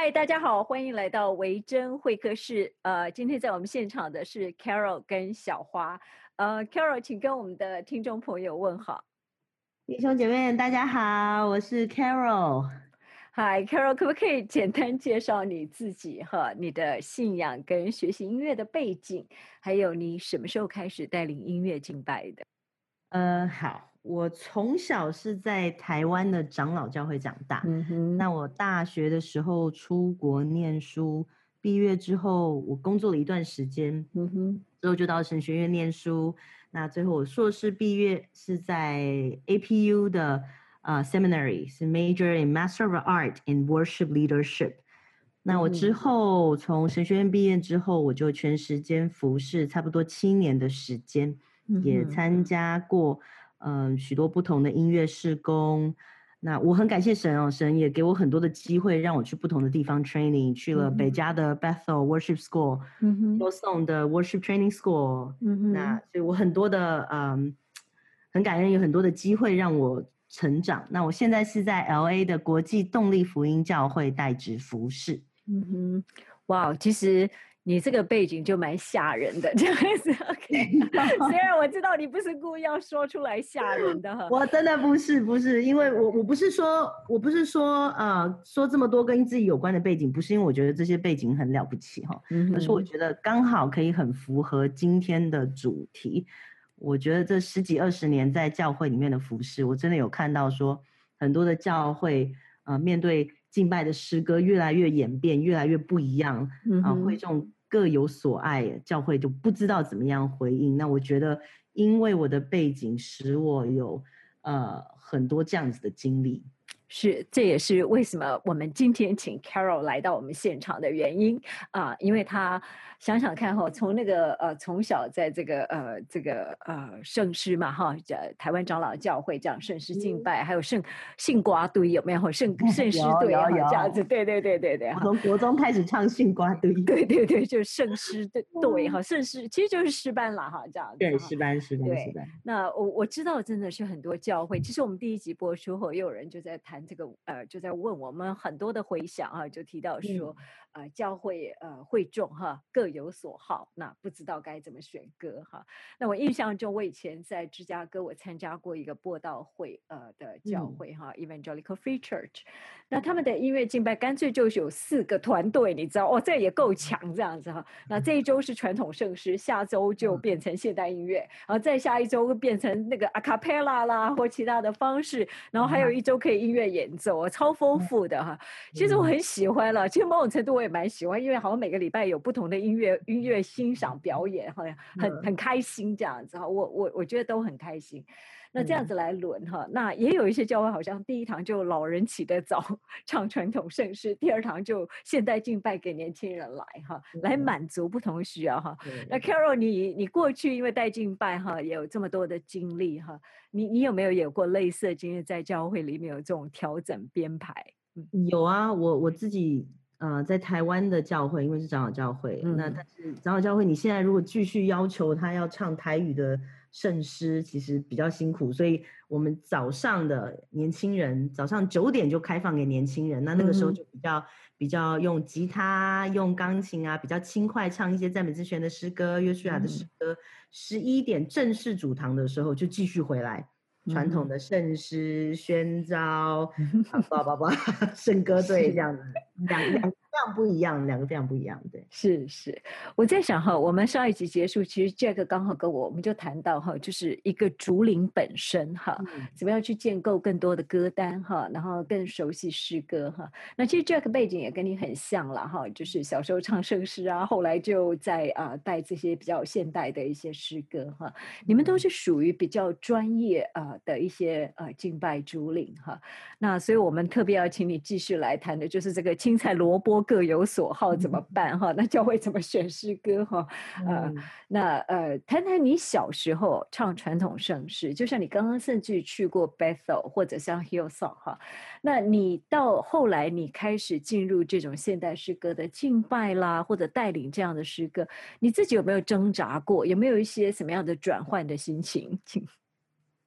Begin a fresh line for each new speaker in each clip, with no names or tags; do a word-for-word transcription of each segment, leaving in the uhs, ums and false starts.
嗨，大家好，欢迎来到维珍会客室。呃，今天在我们现场的是 Carol 跟小花。呃，Carol，请跟我们的听众朋友问好。
弟兄姐妹，大家好，我是 Carol。
嗨，Carol，可不可以简单介绍你自己哈？你的信仰跟学习音乐的背景，还有你什么时候开始带领音乐敬拜的？
呃，好，我从小是在台湾的长老教会长大。
嗯哼。
那我大学的时候出国念书，毕业之后我工作了一段时间，
嗯哼。
之后就到神学院念书。那最后我硕士毕业是在 A P U 的呃 seminary，是 Major in Master of Art in Worship Leadership。那我之
嗯哼。
后从神学院毕业之后，我就全时间服侍，差不多七年的时间。也
嗯哼。
参加过嗯、呃许多不同的音乐事工。那我很感谢神哦，神也给我很多的机会，让我去不同的地方 training，去了北
嗯哼。
加的 Bethel Worship School，
嗯哼。
多送的 Worship Training School。
嗯
那
哼。
所以我很多的嗯，很感恩有很多的机会让我成长。那我现在是在 L A 的国际动力福音教会代职服侍。
嗯哼。哇，其实你这个背景就蛮吓人的，这样子。OK，虽然我知道你不是故意要说出来吓人的哈。
我真的不是不是，因为我我不是说我不是说呃说这么多跟自己有关的背景，不是因为我觉得这些背景很了不起哈，而是我
嗯哼。
觉得刚好可以很符合今天的主题。我觉得这十几二十年在教会里面的服侍，我真的有看到说很多的教会呃面对敬拜的诗歌越来越演变，越来越不一样啊、呃，会
嗯哼。
众各有所爱，教会就不知道怎么样回应。那我觉得，因为我的背景使我有呃很多这样子的经历。
是，这也是为什么我们今天请 Carol 来到我们现场的原因啊，因为他想想看哈，从那个呃从小在这个呃这个呃圣诗嘛哈，台湾长老教会这样圣诗敬拜，还有圣信瓜堆有没有圣圣诗
有有
队哈这样子，
有，
对对对对对哈。
我从国中开始唱杏瓜堆。
对对对，就是圣诗的对哈，圣诗其实就是诗班啦哈，这样子
对，
哈。
诗班诗班诗
对，
班。
那我我知道真的是很多教会，其实我们第一集播出后，也有人就在谈这个，呃，就在问我们很多的回响哈，就提到说，
嗯
呃，教会呃会众哈各有所好，那不知道该怎么选歌哈。那我印象中，我以前在芝加哥，我参加过一个播道会呃的教
嗯，
会哈，Evangelical Free Church，那他们的音乐敬拜干脆就是有四个团队，你知道哦，这也够强这样子哈。那这一周是传统圣诗，下周就变成现代音乐，然后再下一周会变成那个 a cappella 啦或其他的方式，然后还有一周可以音乐演奏，超丰富的哈。其实我很喜欢了，其实某种程度我也蛮喜欢，因为好像每个礼拜有不同的音乐音乐欣赏表演，好像很很开心这样子哈。我我我觉得都很开心。那这样子来轮哈，那也有一些教会好像第一堂就老人起得早，唱传统盛世，第二堂就现代敬拜给年轻人来哈，来满足不同需要哈。那 Carol，你你过去因为带敬拜哈，也有这么多的经历哈，你你有没有有过类似的经历，在教会里面有这种调整编排？嗯
有啊，我我自己呃在台湾的教会，因为是长老教会，那
嗯
但是长老教会你现在如果继续要求他要唱台语的圣诗，其实比较辛苦，所以我们早上的年轻人早上九点就开放给年轻人，那那个时候
嗯哼。
就比较比较用吉他、用钢琴啊，比较轻快唱一些赞美之泉的诗歌、约书亚的诗
嗯
歌。十一点正式主堂的时候就继续回来。传统
哼。
的圣诗宣召
嗯
啊，
哼。
叭叭叭，圣歌队这
是。
样子，两两个非常不一样，两个非常不一样，对。
是是，我在想哈，我们上一集结束，其实 Jack 刚好跟我，我们就谈到哈，就是一个竹林本身哈，
嗯
怎么样去建构更多的歌单哈，然后更熟悉诗歌哈。那其实 Jack 背景也跟你很像了哈，就是小时候唱圣诗啊，后来就在啊、呃、带这些比较现代的一些诗歌哈。你们都是属于比较专业啊、呃、的一些呃敬拜竹林哈。那所以我们特别要请你继续来谈的就是这个青菜萝卜各有所好怎么办哈？那教会怎么选诗歌哈？呃，
嗯
那呃，谈谈你小时候唱传统圣诗，就像你刚刚甚至去过 Bethel 或者像 Hillsong 哈，那你到后来你开始进入这种现代诗歌的敬拜啦，或者带领这样的诗歌，你自己有没有挣扎过？有没有一些什么样的转换的心情？请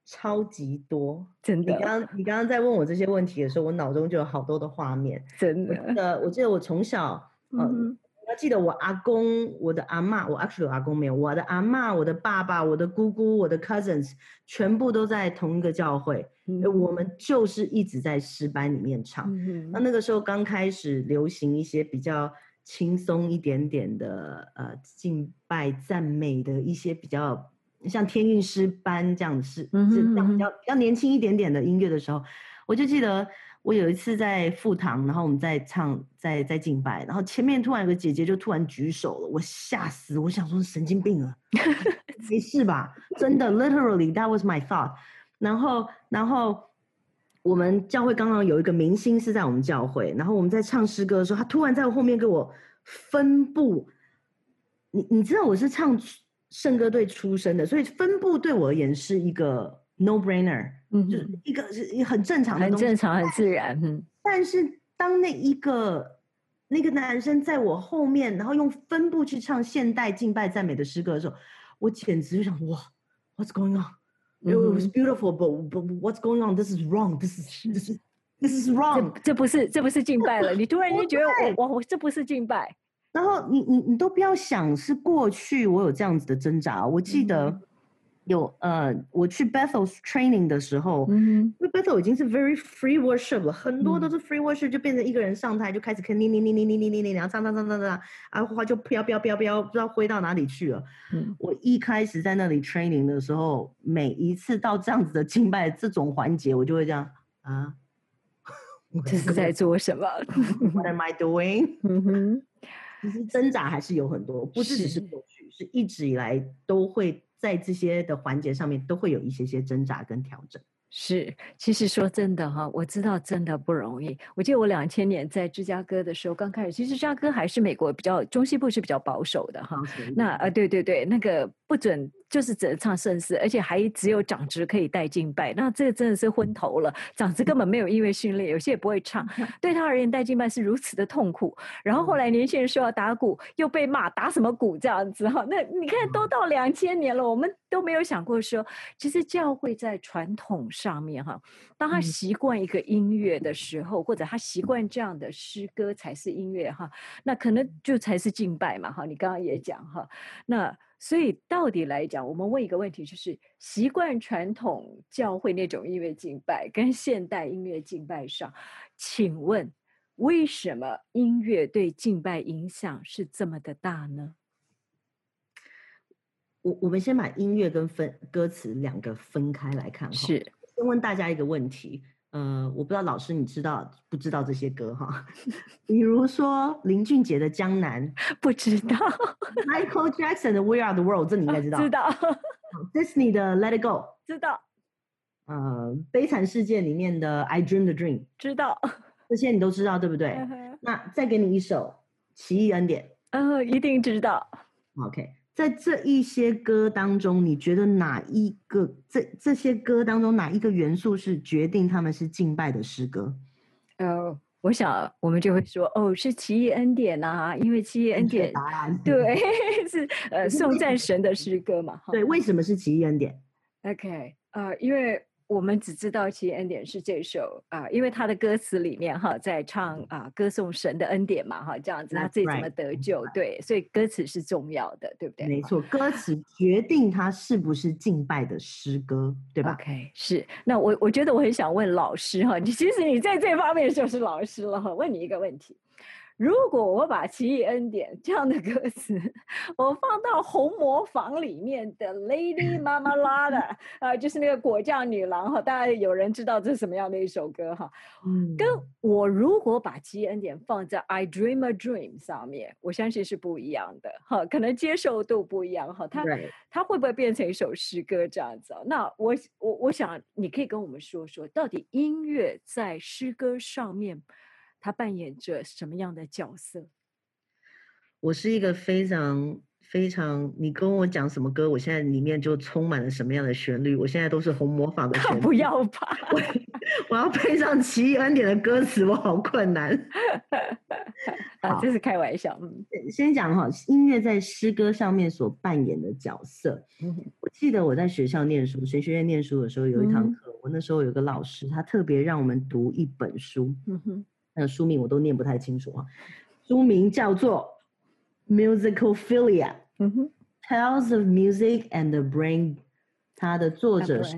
超级多，
真的。
你刚你刚刚在问我这些问题的时候，我脑中就有好多的画面。
真的，
我记得我记得我从小，呃，
嗯
我要记得我阿公、我的阿嬷，我 actually 我阿公没有，我的阿嬷、我的爸爸、我的姑姑、我的 cousins， 全部都在同一个教会，
嗯
我们就是一直在诗班里面唱。
嗯
那那个时候刚开始流行一些比较轻松一点点的呃敬拜赞美的一些比较像天韵诗班这样是
嗯
是这样比较比较年轻一点点的音乐的时候，我就记得我有一次在副堂，然后我们在唱在在敬拜，然后前面突然有个姐姐就突然举手了，我吓死，我想说神经病了，没事吧？真的 ，literally that was my thought。然后然后我们教会刚刚有一个明星是在我们教会，然后我们在唱诗歌的时候，他突然在我后面给我分布，你你知道我是唱圣歌队出身的，所以分布对我而言是一个 no brainer，
嗯，
就是一个是很正常的东西，
很正常，很自然。嗯，
但是当那一个那个男生在我后面，然后用分布去唱现代敬拜赞美的诗歌的时候，我简直就想哇 ，What's going on？It was beautiful, but, but what's going on? This is wrong. This is this is this is wrong.
这这不是这不是敬拜了，你突然就觉得我我我这不是敬拜。
然后你你你都不要想是过去我有这样子的挣扎，我记得有、嗯、呃我去 Bethel training 的时候，嗯，因为 Bethel 已经是 very free worship 了，很多都是 free worship，、嗯、就变成一个人上台就开始看你你你你你你你你，然后唱唱唱唱唱，啊花就飘飘飘飘，不知道挥到哪里去了。嗯，我一开始在那里 training 的时候，每一次到这样子的敬拜这种环节，我就会这样啊，
这是在做什么
？What am I doing？ 嗯哼。其实挣扎还是有很多，不是只是过去，是一直以来都会在这些的环节上面都会有一些些挣扎跟调整。
是，其实说真的哈，我知道真的不容易。我记得我两千年在芝加哥的时候刚开始，其实芝加哥还是美国比较中西部是比较保守的哈。那呃，对对对，那个不准就是只能唱圣诗，而且还只有长职可以带敬拜。那这个真的是昏头了，长职根本没有音乐训练，有些也不会唱，对他而言带敬拜是如此的痛苦。然后后来年轻人说要打鼓，又被骂打什么鼓这样子哈。那你看都到两千年了，我们都没有想过说，其实教会在传统上。上面哈，当他习惯一个音乐的时候，或者他习惯这样的诗歌才是音乐哈，那可能就才是敬拜嘛哈。你刚刚也讲哈，那所以到底来讲，我们问一个问题，就是习惯传统教会那种音乐敬拜跟现代音乐敬拜上，请问为什么音乐对敬拜影响是这么的大呢？
我我们先把音乐跟分歌词两个分开来看哈。
是。
先问大家一个问题，呃，我不知道老师你知道不知道这些歌哈？比如说林俊杰的《江南》，
不知道。
Michael Jackson 的《We Are the World》，这你应该知道。
知道。
Disney 的《Let It Go》，
知道。
呃，《悲惨世界》里面的《I Dream the Dream》，
知道。
这些你都知道对不对？ uh-huh. 那再给你一首《奇异恩典》，
呃，一定知道。
OK。在这一些歌当中，你觉得哪一个这这些歌当中哪一个元素是决定他们是敬拜的诗歌？
呃，我想我们就会说，哦，是奇异恩典啊，因为奇异恩典，
答案
对，是呃颂赞神的诗歌嘛。
对，为什么是奇异恩典
？OK， 呃，因为我们只知道奇异恩典是这首啊、呃，因为他的歌词里面哈在唱啊、呃、歌颂神的恩典嘛哈，这样子他自己怎么得救？
Right.
对，所以歌词是重要的，对不对？
没错，歌词决定它是不是敬拜的诗歌，对吧
？OK， 是。那我我觉得我很想问老师哈，你其实你在这方面就是老师了哈，问你一个问题。如果我把奇异恩典这样的歌词我放到红磨坊里面的 Lady Marmalade 啊，就是那个果酱女郎哈，大概有人知道这是什么样的一首歌哈、嗯、跟我如果把奇异恩典放在 I Dream a Dream 上面，我相信是不一样的哈，可能接受度不一样哈，它它会不会变成一首诗歌这样子？那我我我想你可以跟我们说说，到底音乐在诗歌上面他扮演着什么样的角色？
我是一个非常非常，你跟我讲什么歌，我现在里面就充满了什么样的旋律。我现在都是红魔法的旋律。
不要吧！
我, 我要配上奇异恩典的歌词，我好困难。
啊，这是开玩笑。
先讲哈，音乐在诗歌上面所扮演的角色。嗯、我记得我在学校念书，神学院念书的时候，有一堂课，嗯、我那时候有个老师，他特别让我们读一本书，嗯哼，那个书名我都念不太清楚啊，书名叫做《Musicophilia》，嗯哼 ，Tales of Music and the Brain， 它的作者是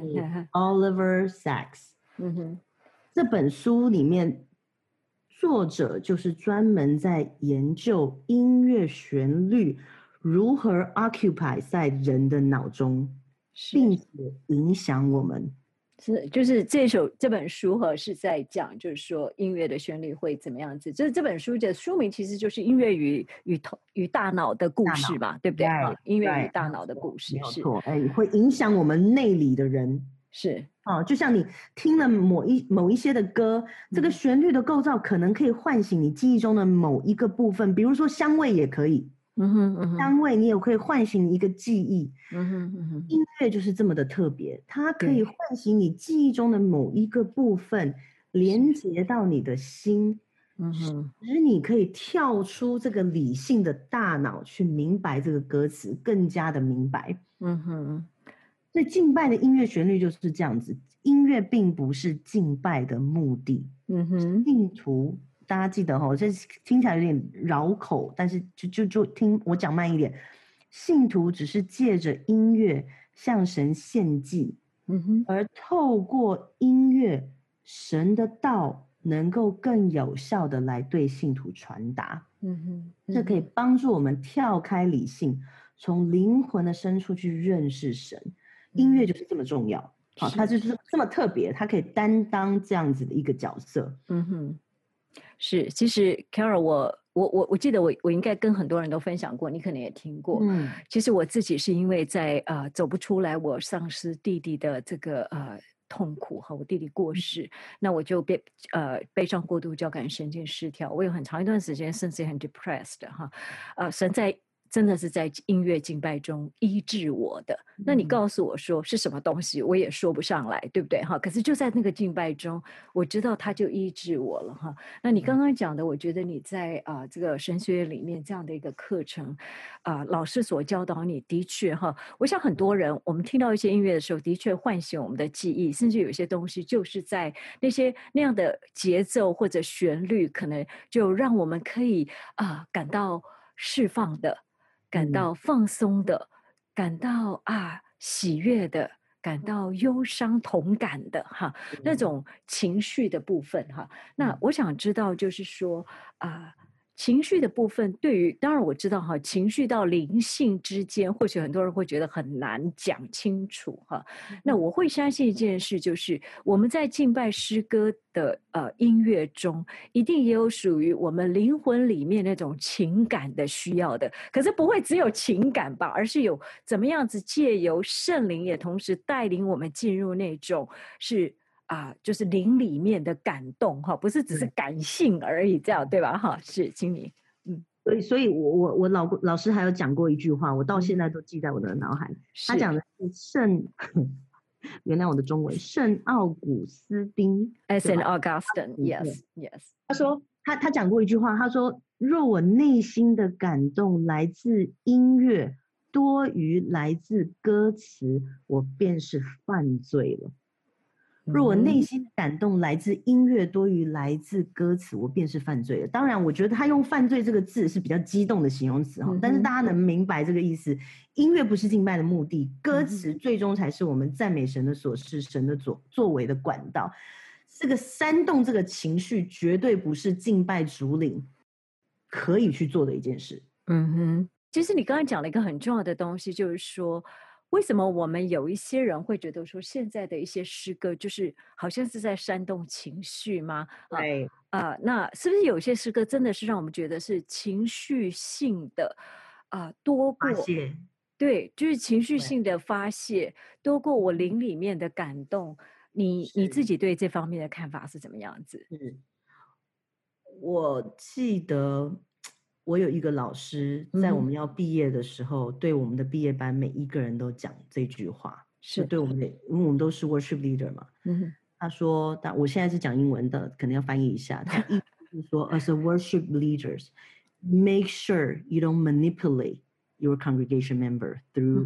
Oliver Sacks， 嗯哼，这本书里面。作者就是专门在研究音乐旋律如何 occupy 在人的脑中，并且影响我们。
是，就是这首这本书哈是在讲，就是说音乐的旋律会怎么样子。这这本书的书名其实就是《音乐与与头与大脑的故事》嘛，对不对？啊，音乐与大脑的故事，
没有错，哎，会影响我们内里的人。
是。
哦，就像你听了某一某一些的歌，这个旋律的构造可能可以唤醒你记忆中的某一个部分，比如说香味也可以，嗯哼嗯哼，香味你也可以唤醒一个记忆，嗯哼嗯哼，音乐就是这么的特别，它可以唤醒你记忆中的某一个部分，连接到你的心，嗯哼，使你可以跳出这个理性的大脑去明白这个歌词，更加的明白，嗯哼。所以敬拜的音乐旋律就是这样子，音乐并不是敬拜的目的。嗯哼，信徒大家记得哈，这听起来有点绕口，但是就就就听我讲慢一点。信徒只是借着音乐向神献祭，嗯哼，而透过音乐，神的道能够更有效的来对信徒传达。嗯哼，嗯哼，这可以帮助我们跳开理性，从灵魂的深处去认识神。音乐就是这么重要，好，它就是这么特别，它可以担当这样子的一个角色。嗯
哼，是，其实 Carol， 我我我我记得我我应该跟很多人都分享过，你可能也听过。嗯，其实我自己是因为在呃走不出来，我丧失弟弟的这个呃痛苦哈，我弟弟过世，嗯、那我就被呃悲伤过度交感神经失调，我有很长一段时间甚至很 depressed 哈，呃，神在。真的是在音乐敬拜中医治我的。那你告诉我说是什么东西，我也说不上来，对不对哈？可是就在那个敬拜中，我知道他就医治我了哈。那你刚刚讲的，我觉得你在啊、呃、这个神学院里面这样的一个课程啊、呃，老师所教导你的确哈，我想很多人我们听到一些音乐的时候，的确唤醒我们的记忆，甚至有些东西就是在那些那样的节奏或者旋律，可能就让我们可以啊、呃、感到释放的。感到放松的，嗯、感到啊喜悦的，感到忧伤同感的哈，嗯、那种情绪的部分哈。那我想知道，就是说啊。情绪的部分，对于当然我知道哈，情绪到灵性之间，或许很多人会觉得很难讲清楚哈。那我会相信一件事，就是我们在敬拜诗歌的呃音乐中，一定也有属于我们灵魂里面那种情感的需要的。可是不会只有情感吧，而是有怎么样子借由圣灵，也同时带领我们进入那种是。啊，就是灵里面的感动哈，不是只是感性而已，这样对吧？哈，是，请你，
嗯，所以，所以我我我老老师还有讲过一句话，我到现在都记在我的脑海。嗯、他讲的是圣，原谅我的中文，圣奥古斯丁
，Saint Augustine，yes yes。
他说他他讲过一句话，他说：若我内心的感动来自音乐多于来自歌词，我便是犯罪了。若我内心的感动来自音乐多于来自歌词，我便是犯罪了。当然，我觉得他用犯罪这个字是比较激动的形容词哈，嗯、但是大家能明白这个意思。音乐不是敬拜的目的，歌词最终才是我们赞美神的所是，神的作作为的管道。这个煽动这个情绪，绝对不是敬拜主领可以去做的一件事。
嗯哼，其实你刚才讲了一个很重要的东西，就是说。为什么我们有一些人会觉得说现在的一些诗歌就是好像是在煽动情绪吗？
对
啊、呃，那是不是有些诗歌真的是让我们觉得是情绪性的啊、呃、多过
发泄？
对，就是情绪性的发泄多过我灵里面的感动。你你自己对这方面的看法是怎么样子？
是，我记得。我有一个老师，在我们要毕业的时候，嗯、对我们的毕业班每一个人都讲这句话，是对我们的，因为我们都是 worship leader 嘛。嗯、他说，但我现在是讲英文的，可能要翻译一下。他意思是说，as a worship leaders, make sure you don't manipulate your congregation member through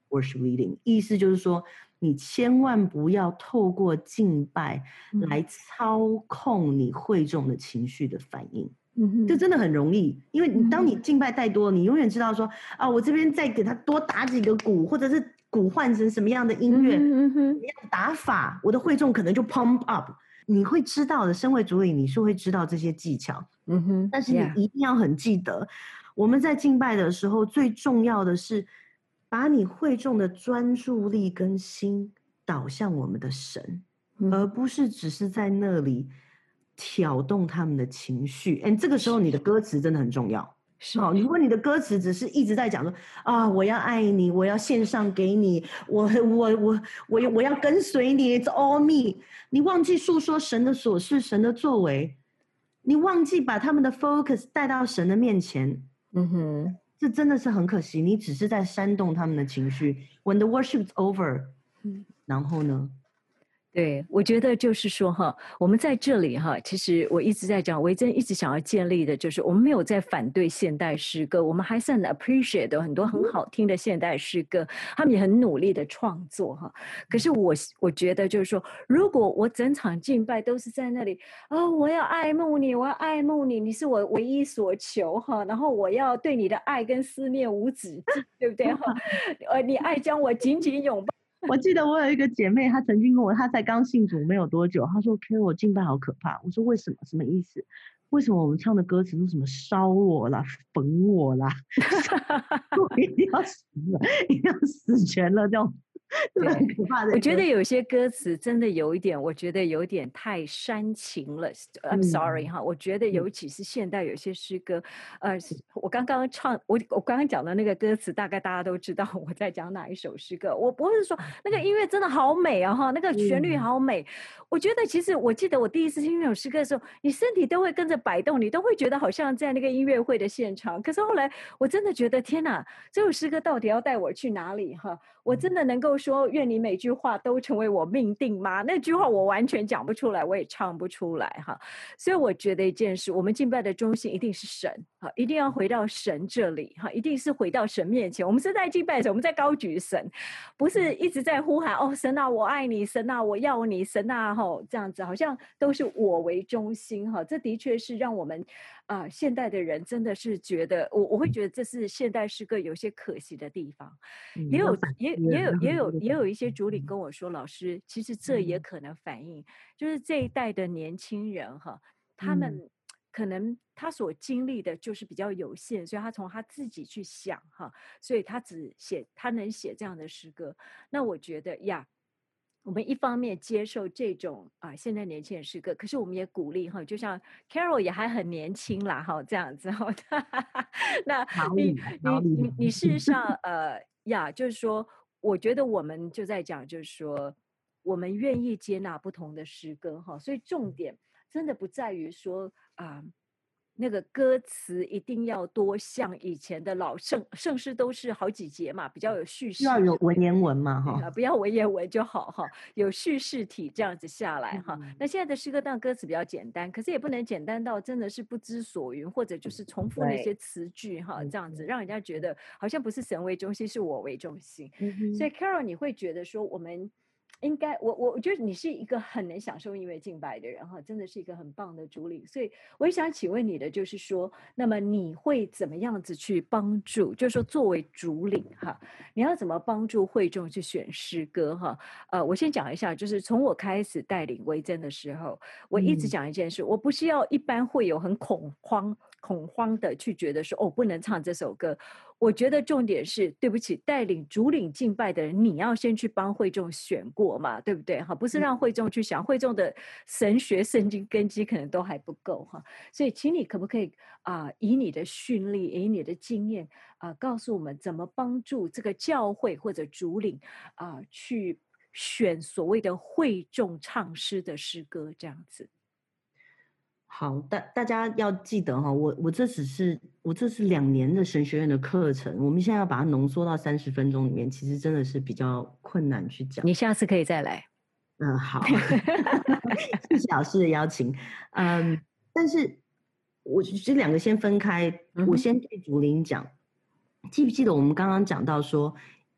worship leading，意思就是说，你千万不要透过敬拜来操控你会众的情绪的反应。嗯，这真的很容易，因为你当你敬拜太多，你永远知道说啊，我这边再给他多打几个鼓，或者是鼓换成什么样的音乐，嗯、什么样的打法，我的会众可能就 pump up。你会知道的，身为主领，你是会知道这些技巧。嗯哼，但是你一定要很记得， yeah. 我们在敬拜的时候，最重要的是把你会众的专注力跟心导向我们的神，嗯、而不是只是在那里挑动他们的情绪。哎，这个时候你的歌词真的很重要。好，如果你的歌词只是一直在讲说啊，我要爱你，我要献上给你，我我我我我要跟随你 ，It's all me， 你忘记述说神的所事，神的作为，你忘记把他们的 focus 带到神的面前，嗯哼，这真的是很可惜，你只是在煽动他们的情绪。When the worship is over，嗯，然后呢？
对，我觉得就是说哈，我们在这里哈，其实我一直在讲，维珍一直想要建立的就是，我们没有在反对现代诗歌，我们还是很 appreciate 很多很好听的现代诗歌，他们也很努力的创作哈。可是我我觉得就是说，如果我整场敬拜都是在那里啊、哦，我要爱慕你，我要爱慕你，你是我唯一所求哈，然后我要对你的爱跟思念无止境，对不对哈？呃，你爱将我紧紧拥抱。
我记得我有一个姐妹，她曾经跟我，她才刚信主没有多久，她说 Carol 敬拜好可怕。我说为什么？什么意思？为什么我们唱的歌词都什么烧我啦、焚我啦，我一定要死了，一定要死全了这种。很可怕的。
我觉得有些歌词真的有一点，我觉得有点太煽情了。I'm sorry 哈、嗯，我觉得尤其是现代有些诗歌，呃，我刚刚唱，我我刚刚讲的那个歌词，大概大家都知道我在讲哪一首诗歌。我不是说那个音乐真的好美啊哈，那个旋律好美。嗯、我觉得其实我记得我第一次听那首诗歌的时候，你身体都会跟着摆动，你都会觉得好像在那个音乐会的现场。可是后来我真的觉得天哪，这首诗歌到底要带我去哪里哈？我真的能够说愿你每句话都成为我命定吗？那句话我完全讲不出来，我也唱不出来哈。所以我觉得一件事，我们敬拜的中心一定是神哈，一定要回到神这里哈，一定是回到神面前。我们是在敬拜的时候，我们在高举神，不是一直在呼喊哦，神啊我爱你，神啊我要你，神啊吼这样子，好像都是我为中心哈。这的确是让我们啊、呃、现代的人真的是觉得，我我会觉得这是现代诗歌有些可惜的地方，也有也也有也有也有一些主领跟我说，老师，其实这也可能反映，就是这一代的年轻人哈，他们可能他所经历的就是比较有限，所以他从他自己去想哈，所以他只写他能写这样的诗歌。那我觉得呀，我们一方面接受这种啊、呃、现在年轻人诗歌，可是我们也鼓励哈，就像 Carol 也还很年轻啦哈，这样子哈。那你你你你事实上呃呀，就是说。我觉得我们就在讲，就是说，我们愿意接纳不同的诗歌哈，所以重点真的不在于说啊、呃，那个歌词一定要多像以前的老圣圣诗都是好几节嘛，比较有叙事，
要有文言文嘛哈，
不要文言文就好哈，有叙事体这样子下来哈。嗯、那现在的诗歌当然歌词比较简单，可是也不能简单到真的是不知所云，或者就是重复那些词句哈，这样子让人家觉得好像不是神为中心，是我为中心。嗯、所以 Carol 你会觉得说我们应该，我我觉得你是一个很能享受音乐敬拜的人哈，真的是一个很棒的主领。所以我也想请问你的就是说，那么你会怎么样子去帮助？就是说作为主领哈，你要怎么帮助会众去选诗歌哈？呃，我先讲一下，就是从我开始带领维珍的时候，我一直讲一件事，嗯、我不是要一般会有很恐慌。恐慌的去觉得说哦不能唱这首歌，我觉得重点是对不起，带领主领敬拜的人，你要先去帮会众选过嘛，对不对哈？不是让会众去想，会众的神学圣经根基可能都还不够哈，所以请你可不可以啊、呃，以你的训练，以你的经验啊、呃，告诉我们怎么帮助这个教会或者主领啊、呃，去选所谓的会众唱诗的诗歌这样子。
好，大大家要记得哈，我我这只是我这是两年的神学院的课程，我们现在要把它浓缩到三十分钟里面，其实真的是比较困难去讲。
你下次可以再来。
嗯，好，谢谢老师的邀请。嗯，但是我这两个先分开，我先对主领讲，记不记得我们刚刚讲到说，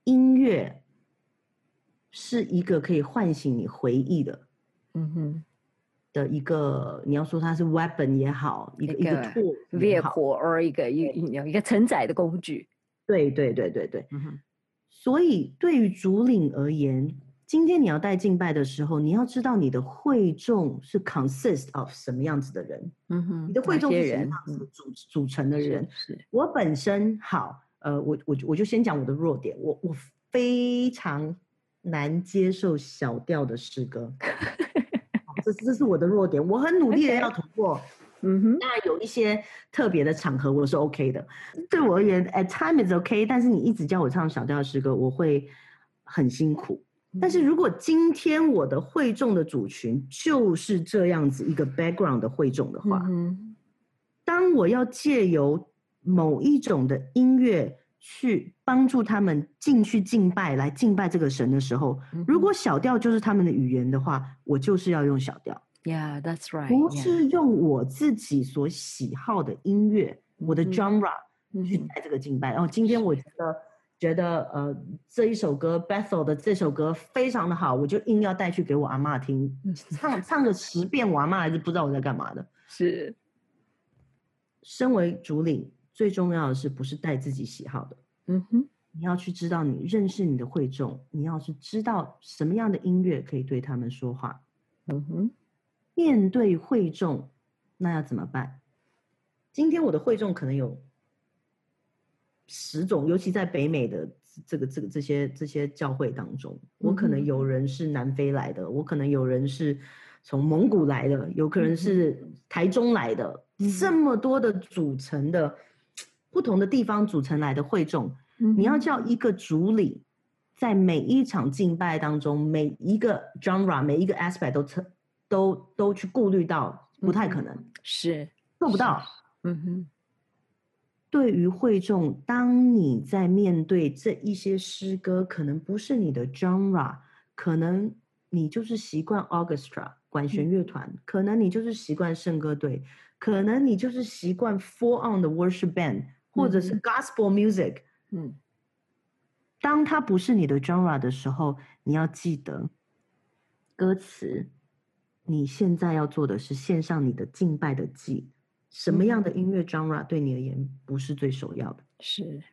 音乐是一个可以唤醒你回忆的，
嗯哼，
的一个，你要说它是 weapon 也好，一个一个 tool 也好，
vehicle or 一个一一个承载的工具。
对对对对对。
嗯哼，
所以对于主领而言，今天你要带敬拜的时候，你要知道你的会众是 consist of 什么样子的人，
嗯哼，
你的会众是什么
哪些人
样子组组成的人。
是是
我本身好，呃，我我我就先讲我的弱点，我我非常难接受小调的诗歌，好这这是我的弱点，我很努力的
OK
要突破。
嗯哼，
当然有一些特别的场合我是 OK 的，对我而言 at time is OK， 但是你一直叫我唱小调诗歌，我会很辛苦。但是如果今天我的会众的族群就是这样子一个 background 的会众的话，
嗯
当我要借由某一种的音乐去帮助他们进去敬拜，来敬拜这个神的时候，
嗯
如果小调就是他们的语言的话，我就是要用小调。
Yeah, that's right.
不是用我自己所喜好的音乐，
yeah.
我的 genre
嗯
去带这个敬拜。然后今天我觉得觉得呃这一首歌 Bethel 的这首歌非常的好，我就硬要带去给我阿嬷听，唱唱个十遍，我阿嬷还是不知道我在干嘛的。
是，
身为主领，最重要的是不是带自己喜好的，
嗯哼，
你要去知道你认识你的会众，你要是知道什么样的音乐可以对他们说话。
嗯哼，
面对会众，那要怎么办？今天我的会众可能有十种，尤其在北美的这个这个这些这些教会当中，我可能有人是南非来的，我可能有人是从蒙古来的，有可能是台中来的，这么多的组成的不同的地方组成来的会众，你要叫一个主领在每一场敬拜当中，每一个 genre 每一个 aspect 都都都去顾虑到，不太可能，
是
做不到。
嗯哼，
对于会众，当你在面对这一些诗歌，可能不是你的 genre， 可能你就是习惯 orchestra 管弦乐团，嗯、可能你就是习惯圣歌队，可能你就是习惯 full on 的 worship band， 或者是 gospel music。嗯，当它不是你的 genre 的时候，你要记得歌词。你现在要做的是献上你的敬拜的祭。什么样的音乐 genre 对你而言不是最首要的？
是，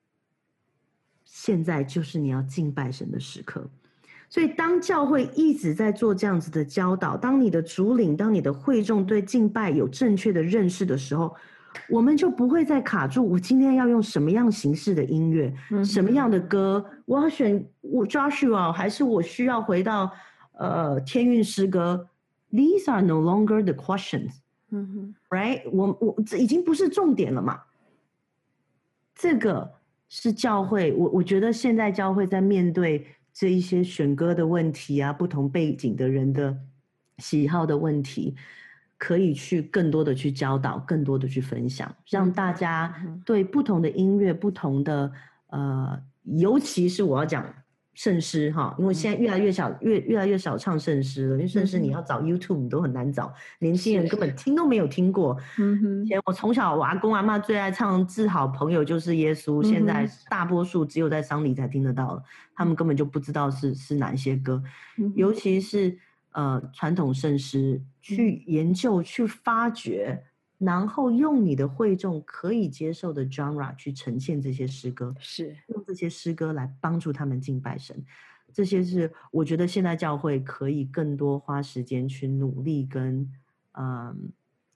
现在就是你要敬拜神的时刻。所以当教会一直在做这样子的教导，当你的主领，当你的会众对敬拜有正确的认识的时候，我们就不会再卡住我今天要用什么样形式的音乐、嗯、什么样的歌，我要选我 Joshua 还是我需要回到呃天韵诗歌。These are no longer the questions， 嗯哼 right？ 我我这已经不是重点了嘛。这个是教会，我我觉得现在教会在面对这一些选歌的问题啊，不同背景的人的喜好的问题，可以去更多的去教导，更多的去分享，让大家对不同的音乐、不同的呃，尤其是我要讲。圣诗哈，因为现在越来越少，越越来越少唱圣诗了。因为圣诗你要找 YouTube 你都很难找，年轻人根本听都没有听过。嗯哼，以前我从小我阿公阿嬷最爱唱《至好朋友就是耶稣》，现在大多数只有在丧礼才听得到了，他们根本就不知道是是哪些歌，尤其是呃传统圣诗，去研究、去发掘。然后用你的会众可以接受的 genre 去呈现这些诗歌，
是
用这些诗歌来帮助他们敬拜神。这些是我觉得现在教会可以更多花时间去努力跟嗯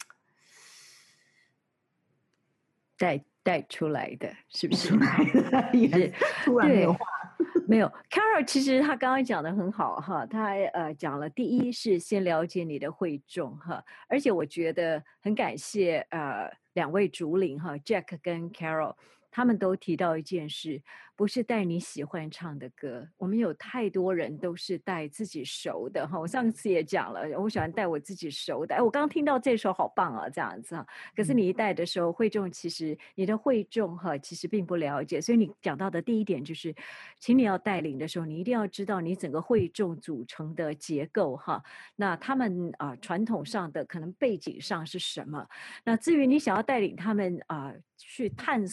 带带出来的，是不是？
出来的也是突然没有话。
没有 Carol 其实他刚刚讲的很好哈，他呃讲了第一是先了解你的会众哈，而且我觉得很感谢呃两位主领哈 Jack 跟 Carol， 他们都提到一件事，不是带你喜欢唱的歌，我们有太多人都是带自己熟的哈。我上次也讲了，我喜欢带我自己熟的。哎，我刚听到这首好棒啊，这样子哈。可是你一带的时候，会众其实你的会众哈，其实并不了解。所以你讲到的第一点就是，请你要带领的时候，你一定要知道你整个会众组成的结构哈。那他们啊、呃、传统上的可能背景上是什么？那至于你想要带领他们啊、呃、去探索更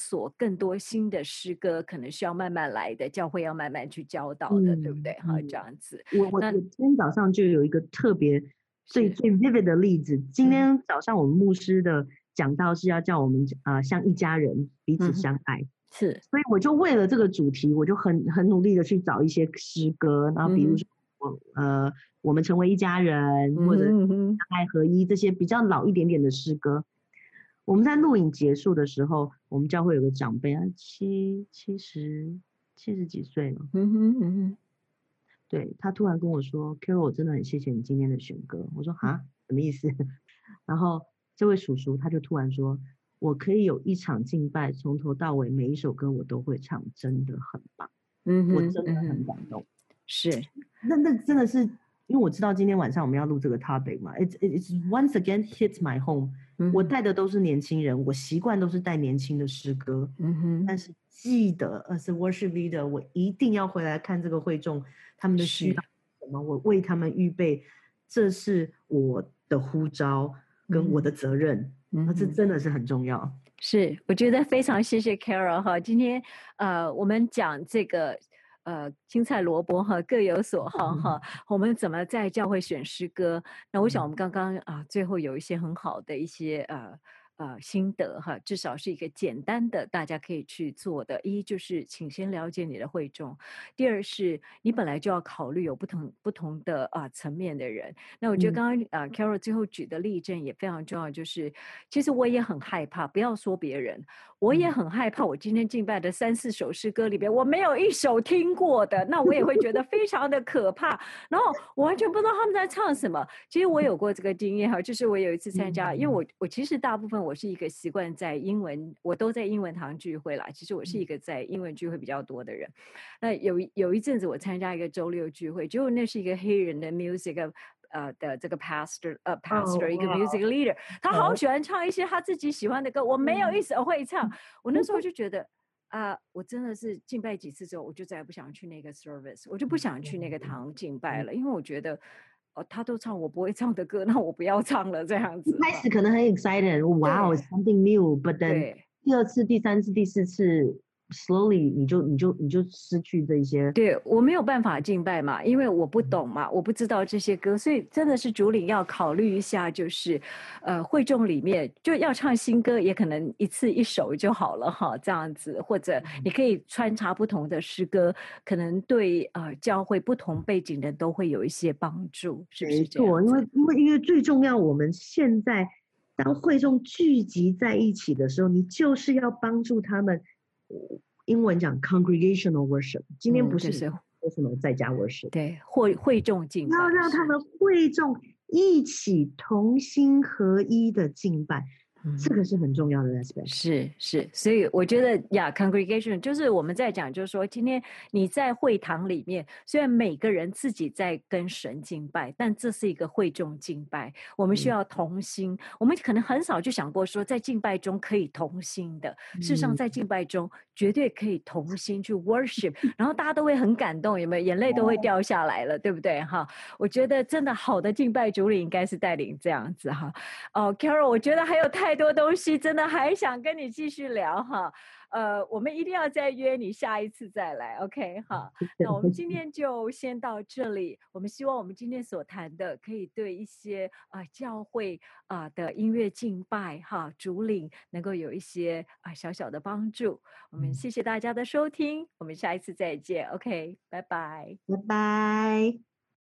更多新的诗歌，可能需要慢慢来的，教会要慢慢去教导的，对不对？
嗯
哈，这
嗯，
样子。
我我
那
我今天早上就有一个特别最
是，
最 vivid 的例子。今
嗯
天早上我们牧师的讲道是要叫我们呃像一家人彼此
嗯哼，
相爱，
是，
所以我就为了这个主题，我就很很努力的去找一些诗歌，然后比如说
嗯哼，
我呃我们成为一家人，或者
嗯哼，嗯哼，
相爱合一这些比较老一点点的诗歌。我们在录影结束的时候，我们教会有个长辈啊，七七十七十几岁了。
嗯哼，嗯哼，
对，他突然跟我说 Carol 我真的很谢谢你今天的选歌。我说哈，什么意思？然后这位叔叔他就突然说，我可以有一场敬拜，从头到尾每一首歌我都会唱，真的很棒，
嗯哼，
我真的
嗯哼，
很感动。
是，
那那真的是，因为我知道今天晚上我们要录这个 topic 嘛，it's it's once again hits my home。我
嗯哼，
带的都是年轻人，我习惯都是带年轻的诗歌，
嗯哼，
但是记得 as a worship leader，我一定要回来看这个会众他们的需要
是，
是什么，我为他们预备，这是我的呼召跟我的责任，那这
嗯哼。
真的是很重要。
是，我觉得非常谢谢 Carol 哈，今天呃我们讲这个呃青菜萝卜哈各有所好哈，我们怎么在教会选诗歌？那我想我们刚刚啊最后有一些很好的一些呃呃心得哈，至少是一个简单的大家可以去做的。一就是请先了解你的会众，第二是你本来就要考虑有不同不同的啊、层面的人。那我觉得
嗯
刚刚啊、Carol 最后举的例证也非常重要，就是其实我也很害怕，不要说别人，我也
嗯
很害怕，我今天敬拜的三四首诗歌里边，我没有一首听过的，那我也会觉得非常的可怕，然后我完全不知道他们在唱什么。其实我有过这个经验哈，就是我有一次参加，因为我我其实大部分我是一个习惯在英文，我都在英文堂聚会啦。其实我是一个在英文聚会比较多的人。那有一有一阵子我参加一个周六聚会，结果那是一个黑人的 music 呃的这个 pastor 呃 pastor
哦
一个
哇
music leader，他好喜欢唱一些他自己喜欢的歌，我没有一首会唱。我那时候就觉得啊、我真的是敬拜几次之后，我就再也不想去那个 service，我就不想去那个堂敬拜了，因为我觉得哦，他都唱我不会唱的歌，那我不要唱了，这样
一
子哈。
开始可能很 excited，哇哦
对
，something new，but then
对。
第二次、第三次、第四次，slowly 你就你就你就失去这一些。
对，我没有办法敬拜嘛，因为我不懂嘛，我不知道这些歌，所以真的是主领要考虑一下，就是，呃，会众里面就要唱新歌，也可能一次一首就好了哈，这样子，或者你可以穿插不同的诗歌，可能对呃教会不同背景的都会有一些帮助，是不
没
是这样
错，因为
子？
因为因为最重要，我们现在当会众聚集在一起的时候，你就是要帮助他们。英文讲 congregational worship， 今天
嗯，
不
就是是
为什么在家 worship，
对会会众敬拜
要让他
是，
们会众一起同心合一的敬拜，
嗯。
这个是很重要的 aspect。
是是，所以我觉得呀、yeah, ，congregation 就是我们在讲，就是说，今天你在会堂里面，虽然每个人自己在跟神敬拜，但这是一个会众敬拜，我们需要同心。我们可能很少去想过说，在敬拜中可以同心的，事实上，
嗯，
在敬拜中绝对可以同心去 worship，然后大家都会很感动，有没有？眼泪都会掉下来了，对不对？哈，我觉得真的好的敬拜主理应该是带领这样子哈。哦，Carol，我觉得还有太多东西，真的还想跟你继续聊哈。呃，我们一定要再约你下一次再来，OK 哈。那我们今天就先到这里。我们希望我们今天所谈的，可以对一些啊、呃、教会啊、呃、的音乐敬拜哈主领能够有一些啊、呃、小小的帮助。我们谢谢大家的收听，我们下一次再见，OK，拜拜。
拜拜。